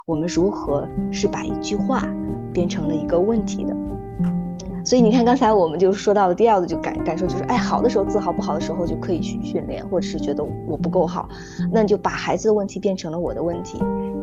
我们如何是把一句话变成了一个问题的。所以你看刚才我们就说到了第二个就感受，就是好的时候自豪，不好的时候就可以去训练，或者是觉得我不够好，那你就把孩子的问题变成了我的问题。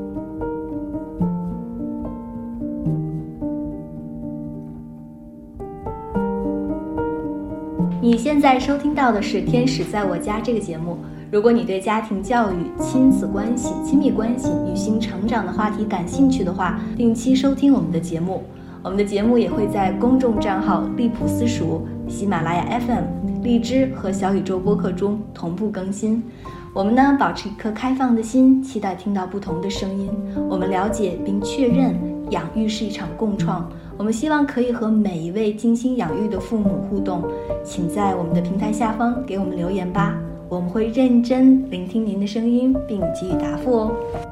你现在收听到的是《天使在我家》这个节目。如果你对家庭教育、亲子关系、亲密关系、女性成长的话题感兴趣的话，定期收听我们的节目。我们的节目也会在公众账号利普私塾、喜马拉雅 FM、荔枝和小宇宙播客中同步更新。我们呢，保持一颗开放的心，期待听到不同的声音。我们了解并确认养育是一场共创，我们希望可以和每一位精心养育的父母互动。请在我们的平台下方给我们留言吧，我们会认真聆听您的声音并给予答复哦。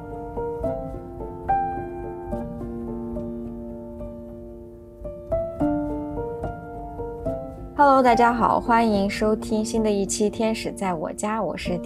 Hello， 大家好，欢迎收听新的一期《天使在我家》，我是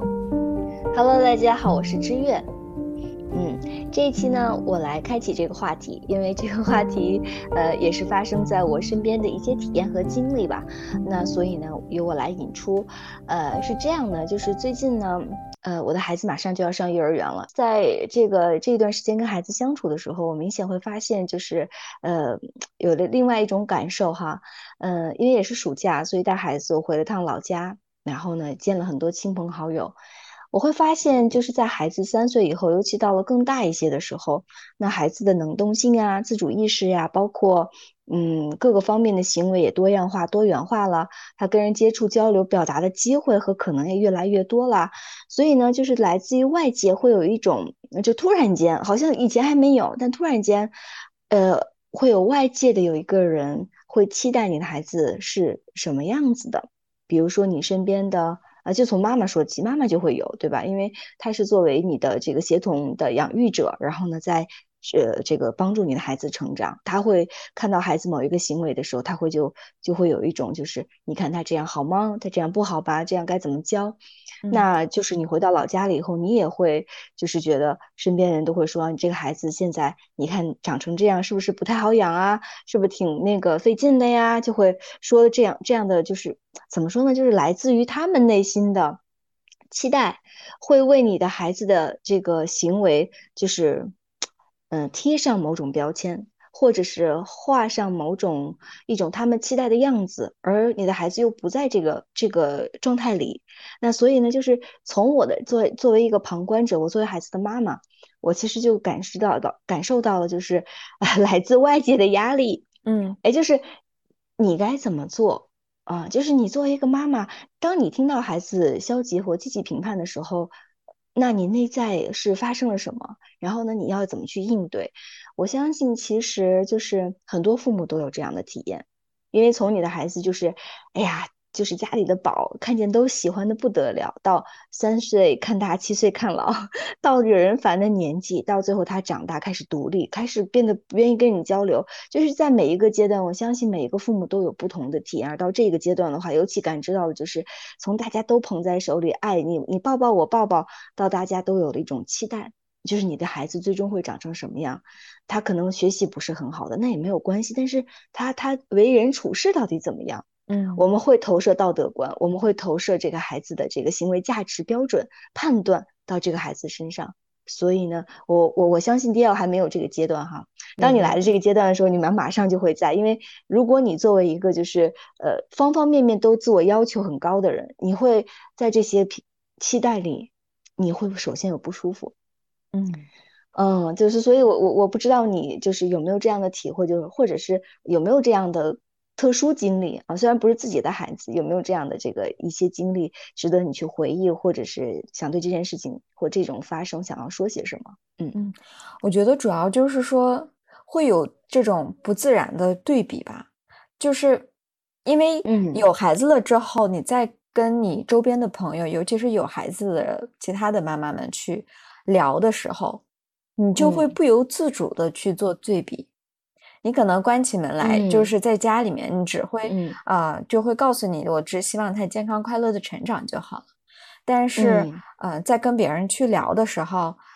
DL。 Hello， 大家好，我是知月。这一期呢，我来开启这个话题，因为这个话题，也是发生在我身边的一些体验和经历吧。那所以呢，由我来引出。是这样的，就是最近呢，我的孩子马上就要上幼儿园了，在这一段时间跟孩子相处的时候，我明显会发现，就是有了另外一种感受哈。因为也是暑假，所以带孩子我回了趟老家，然后呢，见了很多亲朋好友。我会发现，就是在孩子3岁以后，尤其到了更大一些的时候，那孩子的能动性啊、自主意识呀，包括各个方面的行为也多样化、多元化了。他跟人接触、交流、表达的机会和可能也越来越多了。所以呢，就是来自于外界会有一种，就突然间，好像以前还没有，但突然间，会有外界的有一个人会期待你的孩子是什么样子的。比如说你身边的。就从妈妈说起，妈妈就会有，对吧？因为她是作为你的这个协同的养育者，然后呢，在这个帮助你的孩子成长，他会看到孩子某一个行为的时候，他会就会有一种就是你看他这样好吗？他这样不好吧？这样该怎么教？那就是你回到老家了以后，你也会就是觉得身边人都会说，你这个孩子现在你看长成这样，是不是不太好养啊？是不是挺那个费劲的呀？就会说这样的，就是怎么说呢？就是来自于他们内心的期待，会为你的孩子的这个行为，就是贴上某种标签。或者是画上一种他们期待的样子，而你的孩子又不在这个状态里，那所以呢，就是从我的作为一个旁观者，我作为孩子的妈妈，我其实就感受到了，就是来自外界的压力，就是你该怎么做啊？就是你作为一个妈妈，当你听到孩子消极或积极评判的时候，那你内在是发生了什么？然后呢，你要怎么去应对？我相信其实就是很多父母都有这样的体验，因为从你的孩子就是，哎呀，就是家里的宝，看见都喜欢的不得了，到3岁看大，7岁看老，到惹人烦的年纪，到最后他长大开始独立，开始变得不愿意跟你交流，就是在每一个阶段，我相信每一个父母都有不同的体验。而到这个阶段的话，尤其感知到的就是从大家都捧在手里，爱你，你抱抱我抱抱，到大家都有了一种期待。就是你的孩子最终会长成什么样，他可能学习不是很好的，那也没有关系，但是他为人处事到底怎么样？我们会投射道德观，我们会投射这个孩子的这个行为价值标准判断到这个孩子身上。所以呢，我相信 DL 还没有这个阶段哈。当你来的这个阶段的时候，你们马上就会在，因为如果你作为一个就是方方面面都自我要求很高的人，你会在这些期待里，你会首先有不舒服。就是所以我不知道你就是有没有这样的体会，就是或者是有没有这样的特殊经历啊？虽然不是自己的孩子，有没有这样的这个一些经历值得你去回忆，或者是想对这件事情或这种发生想要说些什么？ 我觉得主要就是说会有这种不自然的对比吧，就是因为有孩子了之后，你再跟你周边的朋友，尤其是有孩子的其他的妈妈们去聊的时候，你就会不由自主的去做对比。你可能关起门来，就是在家里面，你只会就会告诉你，我只希望他健康快乐的成长就好了。但是在跟别人去聊的时候，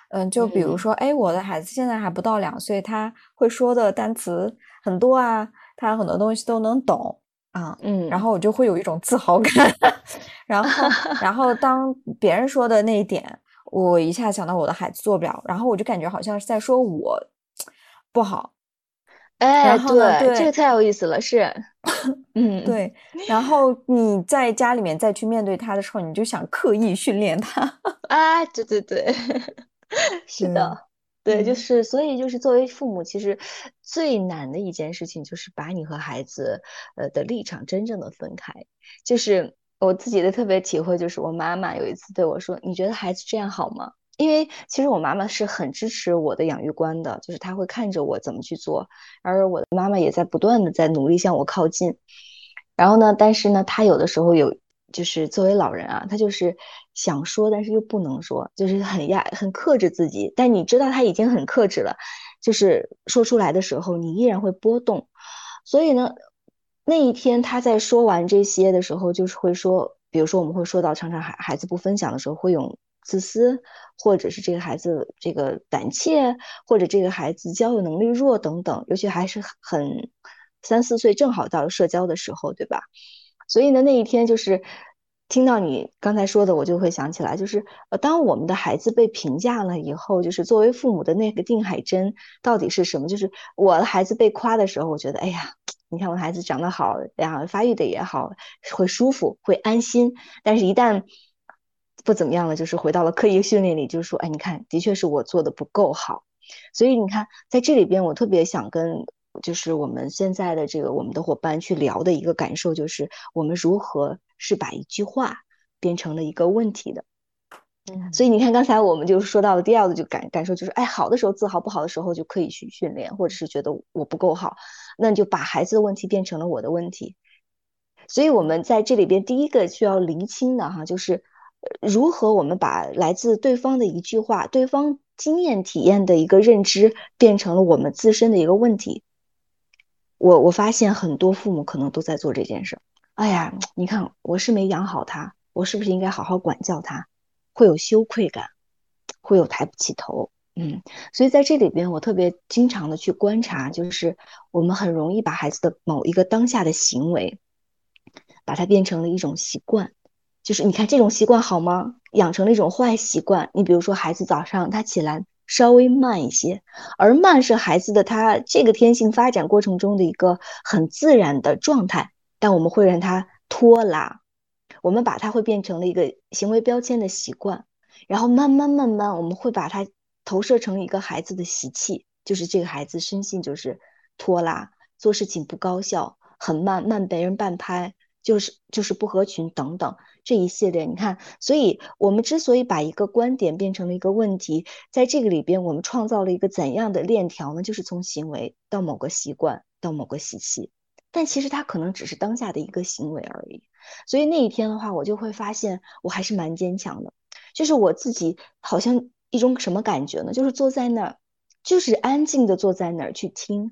就比如说，哎，我的孩子现在还不到2岁，他会说的单词很多啊，他很多东西都能懂啊，然后我就会有一种自豪感，然后当别人说的那一点，我一下想到我的孩子做不了，然后我就感觉好像是在说我不好。 哎， 然后呢， 对，这对， 个太有意思了，是， 对，然后你在家里面再去面对他的时候，你就想刻意训练他。 啊，对对对，是对， 的，对，就是所以就是作为父母，其实最难的一件事情就是把你和孩子的立场真正的分开。就是我自己的特别体会，就是我妈妈有一次对我说：“你觉得孩子这样好吗？”因为其实我妈妈是很支持我的养育观的，就是她会看着我怎么去做，而我的妈妈也在不断的在努力向我靠近。然后呢，但是呢，她有的时候就是作为老人啊，她就是想说，但是又不能说，就是很克制自己。但你知道她已经很克制了，就是说出来的时候，你依然会波动。所以呢，那一天她在说完这些的时候，就是会说，比如说我们会说到常常孩子不分享的时候，会用自私，或者是这个孩子这个胆怯，或者这个孩子交友能力弱等等，尤其还是很3、4岁正好到了社交的时候，对吧？所以呢，那一天就是听到你刚才说的，我就会想起来，就是当我们的孩子被评价了以后，就是作为父母的那个定海针到底是什么？就是我的孩子被夸的时候，我觉得哎呀，你看我的孩子长得好，然后发育的也好，会舒服，会安心。但是，一旦不怎么样了，就是回到了刻意训练里，就是说，哎，你看，的确是我做的不够好。所以你看，在这里边，我特别想跟就是我们现在的这个我们的伙伴去聊的一个感受，就是我们如何是把一句话变成了一个问题的。所以你看，刚才我们就说到了第二个就感受，就是哎，好的时候自豪，不好的时候就可以去训练，或者是觉得我不够好，那你就把孩子的问题变成了我的问题。所以我们在这里边第一个需要厘清的哈，就是如何我们把来自对方的一句话、对方经验体验的一个认知，变成了我们自身的一个问题。我发现很多父母可能都在做这件事儿。哎呀，你看我是没养好他，我是不是应该好好管教他？会有羞愧感，会有抬不起头。所以在这里边，我特别经常的去观察，就是我们很容易把孩子的某一个当下的行为，把它变成了一种习惯。就是你看这种习惯好吗？养成了一种坏习惯。你比如说，孩子早上他起来稍微慢一些，而慢是孩子的他这个天性发展过程中的一个很自然的状态，但我们会让他拖拉，我们把它会变成了一个行为标签的习惯，然后慢慢慢慢，我们会把它投射成一个孩子的习气，就是这个孩子生性就是拖拉，做事情不高效，很慢，慢被人半拍，就是不合群等等这一系列。你看，所以我们之所以把一个观点变成了一个问题，在这个里边，我们创造了一个怎样的链条呢？就是从行为到某个习惯到某个习气，但其实它可能只是当下的一个行为而已。所以那一天的话，我就会发现我还是蛮坚强的，就是我自己好像一种什么感觉呢？就是坐在那儿，就是安静的坐在那儿去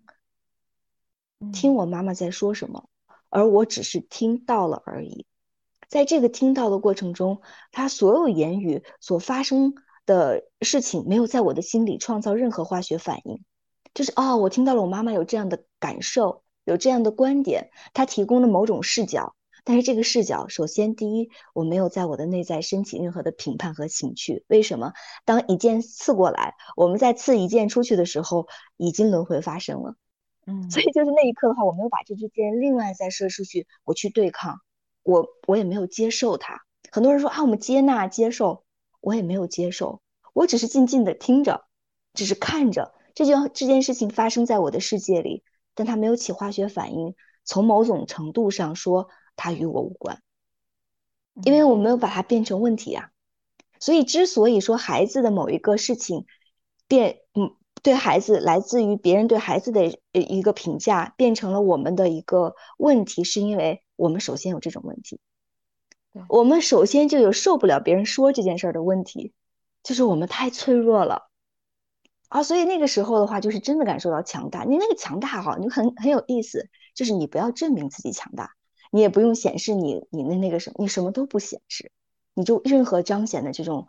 听我妈妈在说什么，而我只是听到了而已。在这个听到的过程中，她所有言语所发生的事情，没有在我的心里创造任何化学反应。就是我听到了我妈妈有这样的感受，有这样的观点，她提供了某种视角。但是这个视角，首先第一，我没有在我的内在升起任何的评判和情绪。为什么？当一箭刺过来，我们在刺一箭出去的时候，已经轮回发生了。所以就是那一刻的话，我没有把这支箭另外再射出去，我去对抗，我也没有接受它。很多人说我们接纳接受，我也没有接受，我只是静静的听着，只是看着这件事情发生在我的世界里，但它没有起化学反应。从某种程度上说，它与我无关，因为我没有把它变成问题啊。所以之所以说孩子的某一个事情对孩子来自于别人对孩子的一个评价变成了我们的一个问题，是因为我们首先有这种问题，我们首先就有受不了别人说这件事儿的问题，就是我们太脆弱了所以那个时候的话，就是真的感受到强大。你那个强大哈，你很有意思，就是你不要证明自己强大，你也不用显示你的那个什么，你什么都不显示，你就任何彰显的这种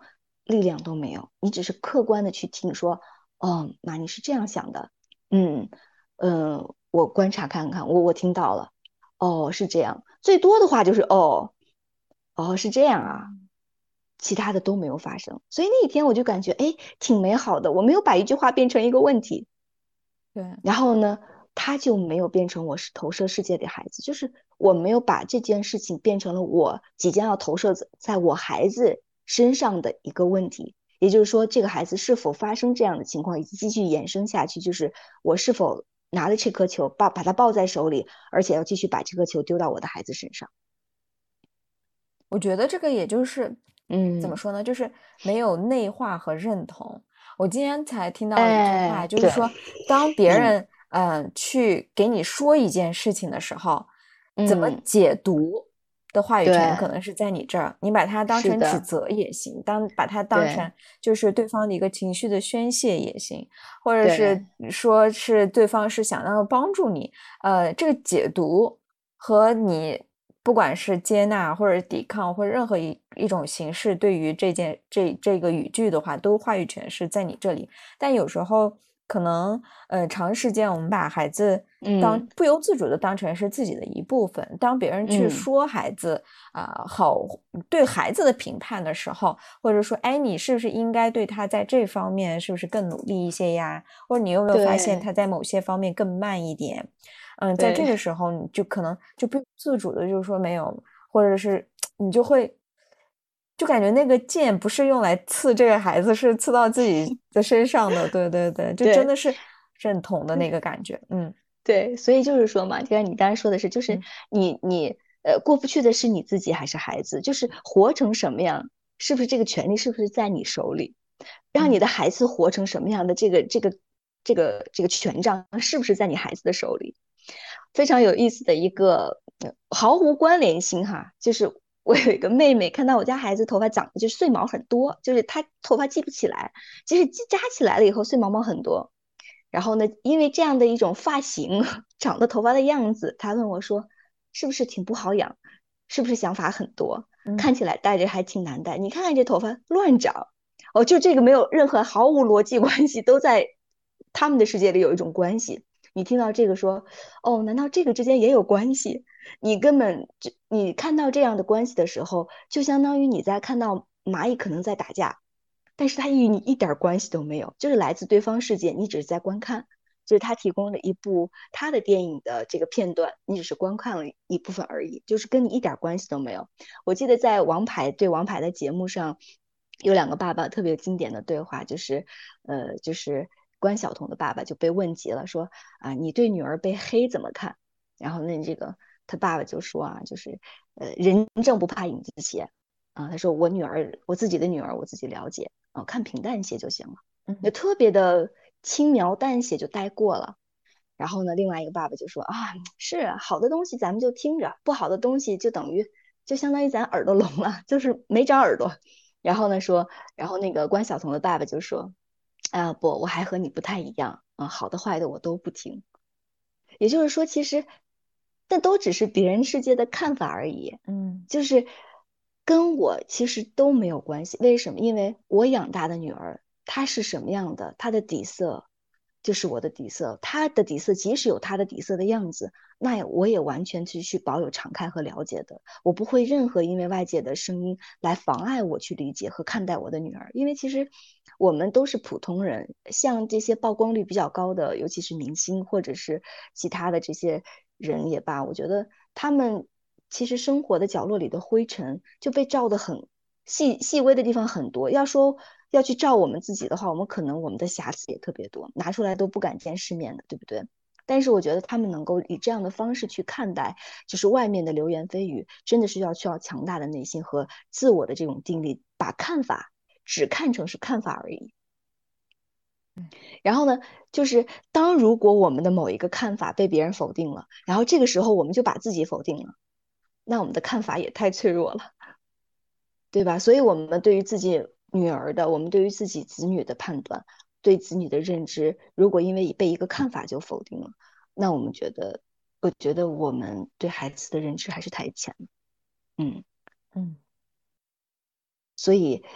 力量都没有，你只是客观的去听说，哦，妈你是这样想的，嗯我观察看看，我听到了，哦是这样，最多的话就是哦是这样啊，其他的都没有发生，所以那一天我就感觉哎挺美好的，我没有把一句话变成一个问题， 对， 然后呢，他就没有变成我是投射世界的孩子，就是我没有把这件事情变成了我即将要投射在我孩子身上的一个问题。也就是说，这个孩子是否发生这样的情况，以及继续延伸下去，就是我是否拿了这颗球把它抱在手里，而且要继续把这颗球丢到我的孩子身上。 我觉得这个也就是怎么说呢，就是没有内化和认同。我今天才听到一句话，就是说，当别人去给你说一件事情的时候，怎么解读的话语权可能是在你这儿。你把它当成指责也行，把它当成就是对方的一个情绪的宣泄也行，或者是说是对方是想要帮助你。这个解读和你不管是接纳或者抵抗或者任何一种形式，对于这个语句的话，都话语权是在你这里。但有时候可能长时间我们把孩子不由自主的当成是自己的一部分。当别人去说孩子好对孩子的评判的时候，或者说哎你是不是应该对他在这方面是不是更努力一些呀？或者你有没有发现他在某些方面更慢一点？在这个时候你就可能就不自主的就是说没有，或者是你就感觉那个剑不是用来刺这个孩子，是刺到自己的身上的。对对对，就真的是认同的那个感觉。 对，所以就是说嘛，就像你刚才说的是，就是你过不去的是你自己还是孩子，就是活成什么样，是不是这个权利是不是在你手里？让你的孩子活成什么样的这个权杖是不是在你孩子的手里？非常有意思的一个毫无关联性哈，就是我有一个妹妹，看到我家孩子头发长得就是碎毛很多，就是她头发系不起来，就是扎起来了以后碎毛毛很多。然后呢，因为这样的一种发型，长的头发的样子，她问我说，是不是挺不好养？是不是想法很多？看起来戴着还挺难戴。你看看这头发乱长，哦，就这个没有任何毫无逻辑关系，都在他们的世界里有一种关系。你听到这个说，哦，难道这个之间也有关系？你看到这样的关系的时候，就相当于你在看到蚂蚁可能在打架，但是它与你一点关系都没有，就是来自对方世界，你只是在观看，就是他提供了一部他的电影的这个片段，你只是观看了一部分而已，就是跟你一点关系都没有。我记得在王牌的节目上，有两个爸爸特别经典的对话，就是关晓彤的爸爸就被问及了，说啊，你对女儿被黑怎么看？然后那这个他爸爸就说啊，就是人正不怕影子斜啊，他说我自己的女儿我自己了解啊，看平淡一些就行了，就特别的轻描淡写就带过了。然后呢，另外一个爸爸就说啊，是好的东西咱们就听着，不好的东西就相当于咱耳朵聋了，就是没长耳朵。然后呢说，然后那个关晓彤的爸爸就说，啊不，我还和你不太一样啊，好的坏的我都不听。也就是说，其实那都只是别人世界的看法而已，就是跟我其实都没有关系。为什么？因为我养大的女儿，她是什么样的，她的底色就是我的底色，她的底色即使有她的底色的样子，那我也完全去保有敞开和了解的，我不会任何因为外界的声音来妨碍我去理解和看待我的女儿，因为其实我们都是普通人，像这些曝光率比较高的，尤其是明星或者是其他的这些人也罢，我觉得他们其实生活的角落里的灰尘就被照得很细微的地方很多。要说要去照我们自己的话，我们的瑕疵也特别多，拿出来都不敢见世面的，对不对？但是我觉得他们能够以这样的方式去看待，就是外面的流言蜚语，真的是需要强大的内心和自我的这种定力，把看法只看成是看法而已。然后呢，就是如果我们的某一个看法被别人否定了，然后这个时候我们就把自己否定了，那我们的看法也太脆弱了，对吧？所以我们对于自己女儿的，我们对于自己子女的判断，对子女的认知，如果因为被一个看法就否定了，那我觉得我们对孩子的认知还是太浅了。嗯。所以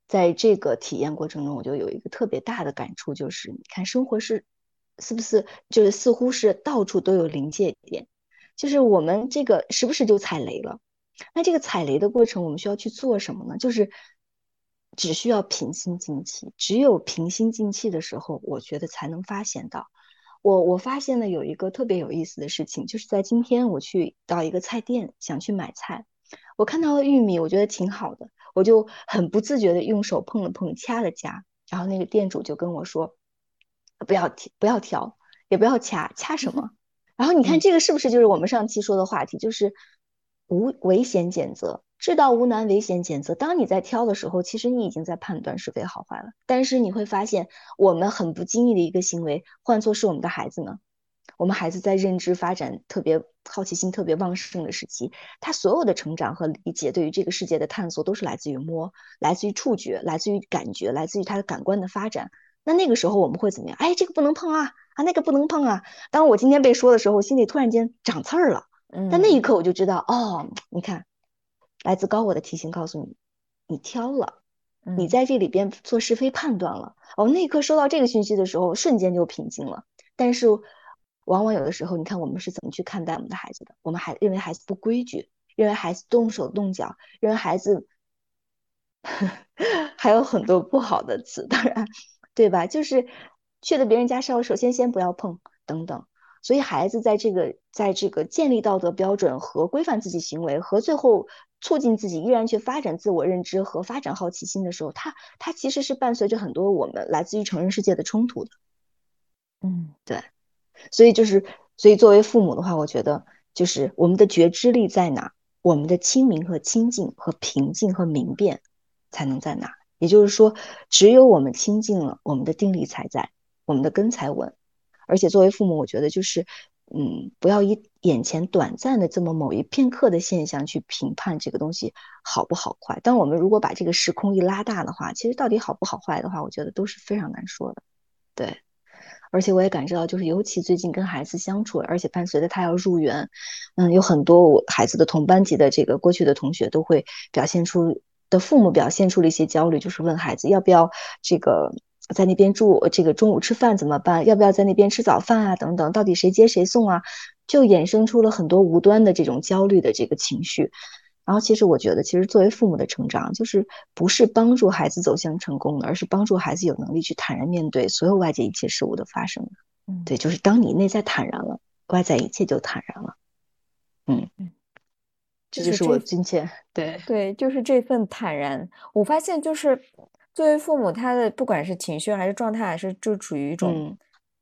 在这个体验过程中，我就有一个特别大的感触，就是你看生活是不是就是似乎是到处都有临界点，就是我们这个时不时就踩雷了。那这个踩雷的过程，我们需要去做什么呢？就是只需要平心静气，只有平心静气的时候，我觉得才能发现到。我发现了有一个特别有意思的事情，就是在今天我去到一个菜店想去买菜，我看到了玉米，我觉得挺好的，我就很不自觉的用手碰了碰，掐了掐，然后那个店主就跟我说，不要挑，也不要掐，掐什么？然后你看这个是不是就是我们上期说的话题，就是无危险检测，知道无难危险检测。当你在挑的时候，其实你已经在判断是非好坏了。但是你会发现，我们很不经意的一个行为，换作是我们的孩子呢？我们孩子在认知发展特别、好奇心特别旺盛的时期，他所有的成长和理解，对于这个世界的探索，都是来自于摸，来自于触觉，来自于感觉，来自于他的感官的发展。那个时候我们会怎么样？哎，这个不能碰啊，那个不能碰啊。当我今天被说的时候，我心里突然间长刺儿了。但那一刻我就知道，哦，你看，来自高我的提醒告诉你，你挑了，你在这里边做是非判断了。哦，那一刻收到这个讯息的时候，瞬间就平静了。但是往往有的时候，你看我们是怎么去看待我们的孩子的？我们还认为孩子不规矩，认为孩子动手动脚，认为孩子还有很多不好的词，当然，对吧？就是去了别人家烧，首先不要碰等等。所以孩子在这个建立道德标准和规范自己行为，和最后促进自己依然去发展自我认知和发展好奇心的时候，他其实是伴随着很多我们来自于成人世界的冲突的。对。所以作为父母的话，我觉得就是我们的觉知力在哪，我们的清明和清净和平静和明辨才能在哪。也就是说，只有我们清净了，我们的定力才在，我们的根才稳。而且作为父母，我觉得就是，不要以眼前短暂的这么某一片刻的现象去评判这个东西好不好坏。但我们如果把这个时空一拉大的话，其实到底好不好坏的话，我觉得都是非常难说的。对。而且我也感知到，就是尤其最近跟孩子相处，而且伴随着他要入园，有很多我孩子的同班级的这个过去的同学都会父母表现出了一些焦虑，就是问孩子要不要这个在那边住，这个中午吃饭怎么办？要不要在那边吃早饭啊？等等，到底谁接谁送啊？就衍生出了很多无端的这种焦虑的这个情绪。然后其实我觉得，其实作为父母的成长，就是不是帮助孩子走向成功的，而是帮助孩子有能力去坦然面对所有外界一切事物的发生。对，就是当你内在坦然了，外在一切就坦然了。这就是我今天对，就是这份坦然。我发现就是作为父母，他的不管是情绪还是状态，还是就处于一种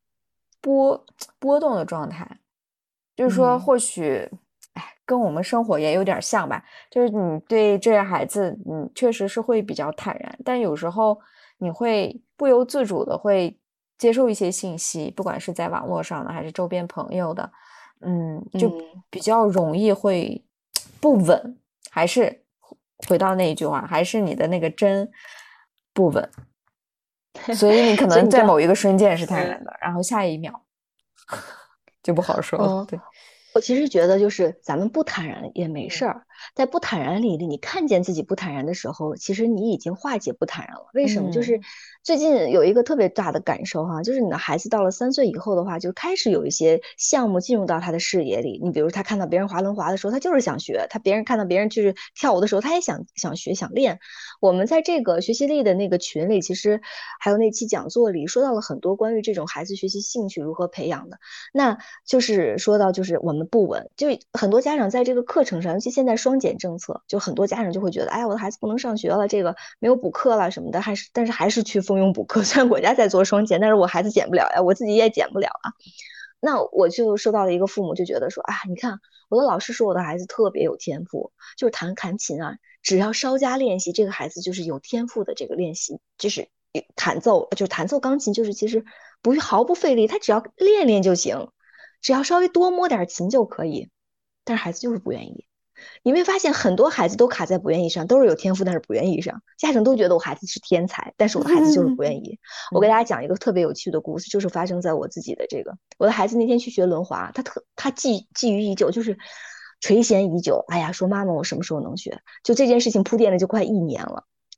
波动的状态。就是说，或许。跟我们生活也有点像吧，就是你对这些孩子，确实是会比较坦然，但有时候你会不由自主的会接受一些信息，不管是在网络上的还是周边朋友的，就比较容易会不稳，还是回到那一句话，还是你的那个针不稳，所以你可能在某一个瞬间是坦然的，然后下一秒就不好说了。对。 我其实觉得，就是咱们不坦然也没事儿，在不坦然里，你看见自己不坦然的时候，其实你已经化解不坦然了。为什么？就是最近有一个特别大的感受哈，就是你的孩子到了3岁以后的话，就开始有一些项目进入到他的视野里。你比如他看到别人滑轮滑的时候，他就是想学；看到别人就是跳舞的时候，他也想学想练。我们在这个学习力的那个群里，其实还有那期讲座里说到了很多关于这种孩子学习兴趣如何培养的。那就是说到就是我们不稳，就很多家长在这个课程上，尤其现在双减政策，就很多家长就会觉得，哎，我的孩子不能上学了，这个没有补课了什么的，但是还是去蜂拥补课。虽然国家在做双减，但是我孩子减不了呀，我自己也减不了啊。那我就收到了一个父母就觉得说，啊，你看我的老师说我的孩子特别有天赋，就是弹琴啊，只要稍加练习，这个孩子就是有天赋的这个练习，就是弹奏钢琴，就是其实毫不费力，他只要练练就行。只要稍微多摸点琴就可以，但是孩子就是不愿意。你会发现很多孩子都卡在不愿意上，都是有天赋但是不愿意上。家长都觉得我孩子是天才，但是我的孩子就是不愿意。我给大家讲一个特别有趣的故事，就是发生在我自己的我的孩子那天去学轮滑，他觊觎已久，就是垂涎已久。哎呀，说妈妈我什么时候能学？就这件事情铺垫了就快1年了。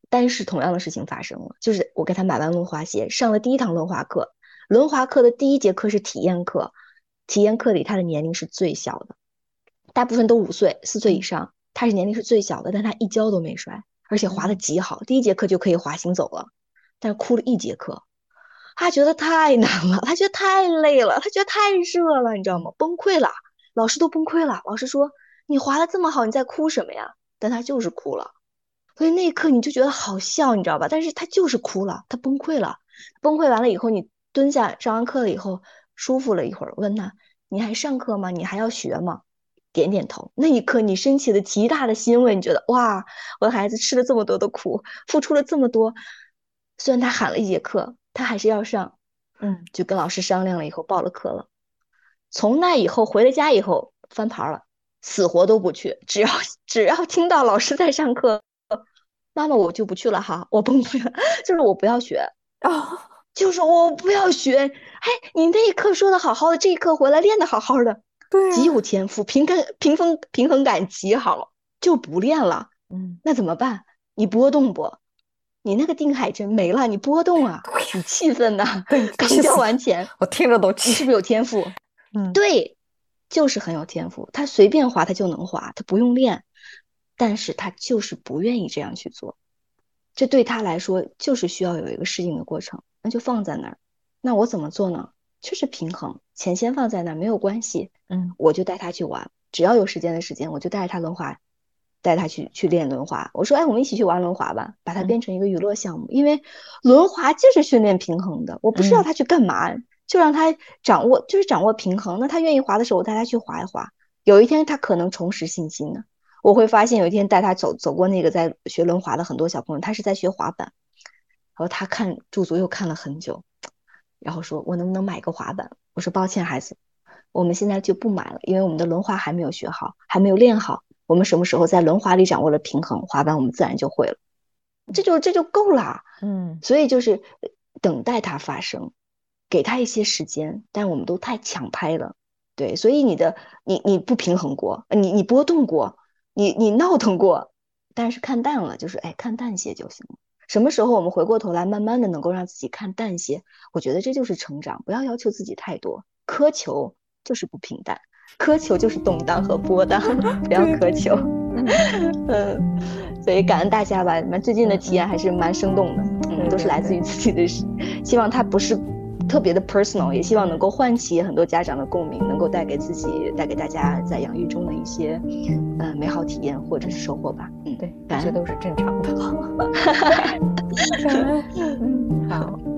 但是同样的事情发生了，就是我给他买完轮滑鞋，上了第一堂轮滑课，轮滑课的第一节课是体验课，体验课里他的年龄是最小的，大部分都5岁4岁以上，他是年龄是最小的，但他一跤都没摔，而且滑得极好，第一节课就可以滑行走了，但是哭了1节课，他觉得太难了，他觉得太累了，他觉得太热了，你知道吗？崩溃了，老师都崩溃了，老师说你滑得这么好，你在哭什么呀？但他就是哭了，所以那一刻你就觉得好笑，你知道吧？但是他就是哭了，他崩溃了，崩溃完了以后，你蹲下上完课了以后，舒服了一会儿，问他你还上课吗？你还要学吗？点点头。那一刻你升起了极大的欣慰，你觉得哇，我的孩子吃了这么多的苦，付出了这么多，虽然他喊了1节课，他还是要上，就跟老师商量了以后报了课了。从那以后回了家以后翻牌了，死活都不去，只要听到老师在上课，妈妈我就不去了哈，我崩溃了，就是我不要学就是我不要学。哎，你那一课说的好好的，这一课回来练的好好的， 对极有天赋，平衡感极好，就不练了。那怎么办？你波动不？你那个定海针没了，你波动啊，你气愤呐。刚交完钱， 我听着都气。 你是不是有天赋？对，就是很有天赋，他随便滑他就能滑，他不用练，但是他就是不愿意这样去做。这对他来说就是需要有一个适应的过程，那就放在那儿。那我怎么做呢？就是平衡，钱先放在那儿没有关系，我就带他去玩，只要有时间我就带着他轮滑，带他去练轮滑。我说，哎，我们一起去玩轮滑吧，把它变成一个娱乐项目，因为轮滑就是训练平衡的，我不知道他去干嘛，就让他掌握平衡。那他愿意滑的时候，我带他去滑一滑，有一天他可能重拾信心呢。我会发现有一天带他走过那个在学轮滑的很多小朋友，他是在学滑板，然后他看驻足又看了很久，然后说我能不能买个滑板？我说抱歉孩子，我们现在就不买了，因为我们的轮滑还没有学好，还没有练好，我们什么时候在轮滑里掌握了平衡，滑板我们自然就会了，这就够了。所以就是等待它发生，给他一些时间，但我们都太抢拍了，对，所以你不平衡过，你波动过，你闹腾过，但是看淡了，就是哎看淡些就行了。什么时候我们回过头来，慢慢的能够让自己看淡些，我觉得这就是成长。不要要求自己太多，苛求就是不平淡，苛求就是动荡和波荡，不要苛求。所以感恩大家吧，最近的体验还是蛮生动的，都是来自于自己的，希望它不是特别的 personal， 也希望能够唤起很多家长的共鸣，能够带给自己带给大家在养育中的一些美好体验或者是收获吧。 对，这都是正常的。好。